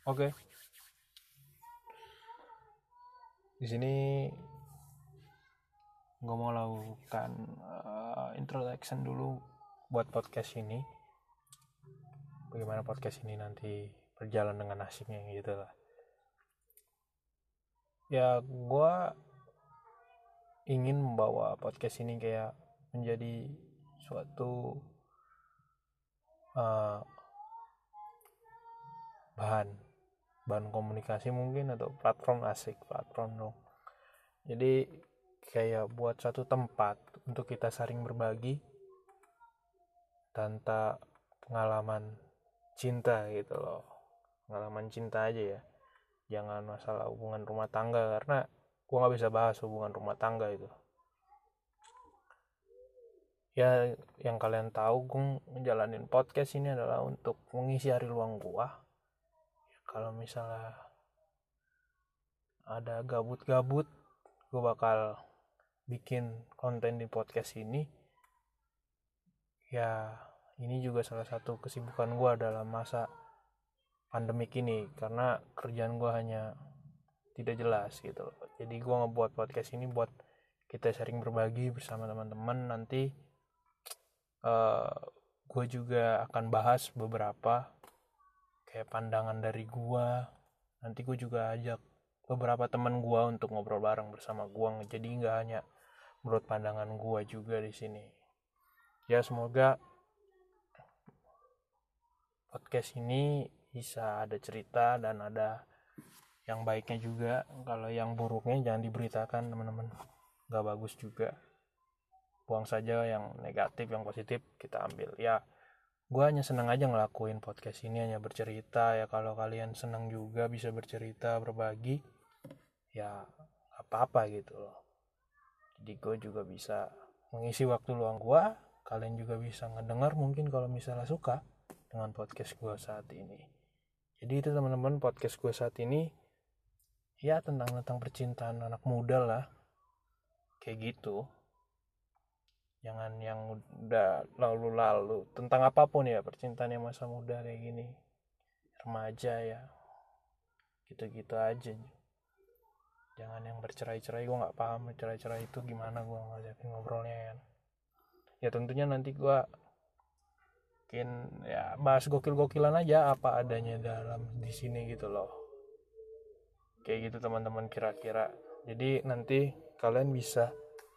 Oke. Di sini gue mau lakukan introduction dulu buat podcast ini. Bagaimana podcast ini nanti berjalan dengan nasibnya gitu lah. Ya, gue ingin membawa podcast ini kayak menjadi suatu bahan komunikasi mungkin, atau platform dong. Jadi kayak buat suatu tempat untuk kita saling berbagi tentang pengalaman cinta gitu loh. Pengalaman cinta aja ya, jangan masalah hubungan rumah tangga, karena gue gak bisa bahas hubungan rumah tangga itu. Ya, yang kalian tahu, gue ngejalanin podcast ini adalah untuk mengisi hari luang gue. Ya, kalau misalnya ada gabut-gabut, gue bakal bikin konten di podcast ini. Ya, ini juga salah satu kesibukan gue dalam masa pandemik ini, karena kerjaan gue hanya tidak jelas gitu loh. Jadi gue ngebuat podcast ini buat kita sering berbagi bersama teman-teman. Nanti gue juga akan bahas beberapa kayak pandangan dari gue. Nanti gue juga ajak beberapa teman gue untuk ngobrol bareng bersama gue. Jadi nggak hanya menurut pandangan gue juga di sini. Ya, semoga podcast ini bisa ada cerita dan ada yang baiknya juga. Kalau yang buruknya jangan diberitakan, teman-teman. Nggak bagus juga. Buang saja yang negatif, yang positif kita ambil. Ya, gue hanya senang aja ngelakuin podcast ini, hanya bercerita. Ya, kalau kalian senang juga bisa bercerita, berbagi, ya apa-apa gitu loh. Jadi gue juga bisa mengisi waktu luang gue. Kalian juga bisa ngedengar mungkin kalau misalnya suka dengan podcast gue saat ini. Jadi itu teman-teman, podcast gue saat ini ya tentang percintaan anak muda lah, kayak gitu. Jangan yang udah lalu-lalu, tentang apapun ya, percintaan yang masa muda kayak gini, remaja ya, gitu-gitu aja. Jangan yang bercerai-cerai. Gue nggak paham bercerai-cerai itu gimana, gue ngajakin ngobrolnya kan. Ya tentunya nanti gue mungkin ya bahas gokil-gokilan aja apa adanya dalam di sini gitu loh. Kayak gitu teman-teman kira-kira. Jadi nanti kalian bisa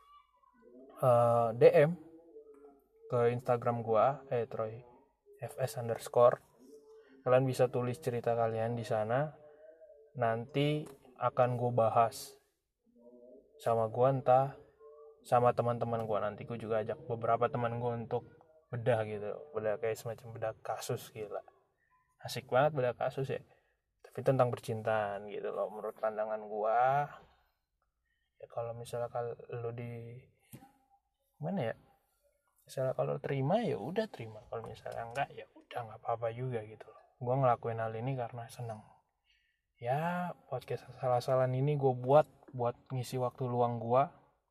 DM ke Instagram gua @troyfs_. Kalian bisa tulis cerita kalian di sana. Nanti akan gue bahas sama gua, entah sama teman-teman gua. Nanti gue juga ajak beberapa teman gua untuk bedah gitu, bedah kayak semacam bedah kasus. Gila, asik banget bedah kasus ya, tapi tentang percintaan gitu loh menurut pandangan gua. Ya kalau misalnya kalau lo di mana ya, misalnya kalau terima ya udah terima, kalau misalnya enggak ya udah nggak apa-apa juga gitu loh. Gue ngelakuin hal ini karena seneng. Ya, podcast salah-salah ini gue buat ngisi waktu luang gue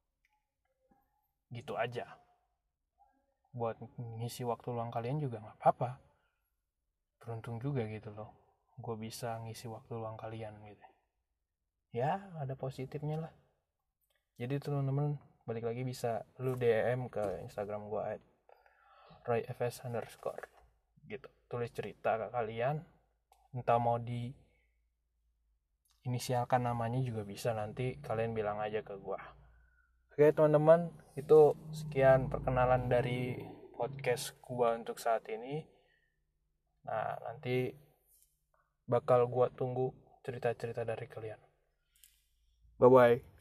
gitu aja. Buat ngisi waktu luang kalian juga nggak apa-apa. Beruntung juga gitu loh, gue bisa ngisi waktu luang kalian gitu. Ya, ada positifnya lah. Jadi teman-teman, balik lagi bisa lu DM ke Instagram gue @royfs_ gitu. Tulis cerita ke kalian, entah mau di inisialkan namanya juga bisa, nanti kalian bilang aja ke gue. Oke teman-teman, itu sekian perkenalan dari podcast gue untuk saat ini. Nah, nanti bakal gue tunggu cerita-cerita dari kalian. Bye-bye.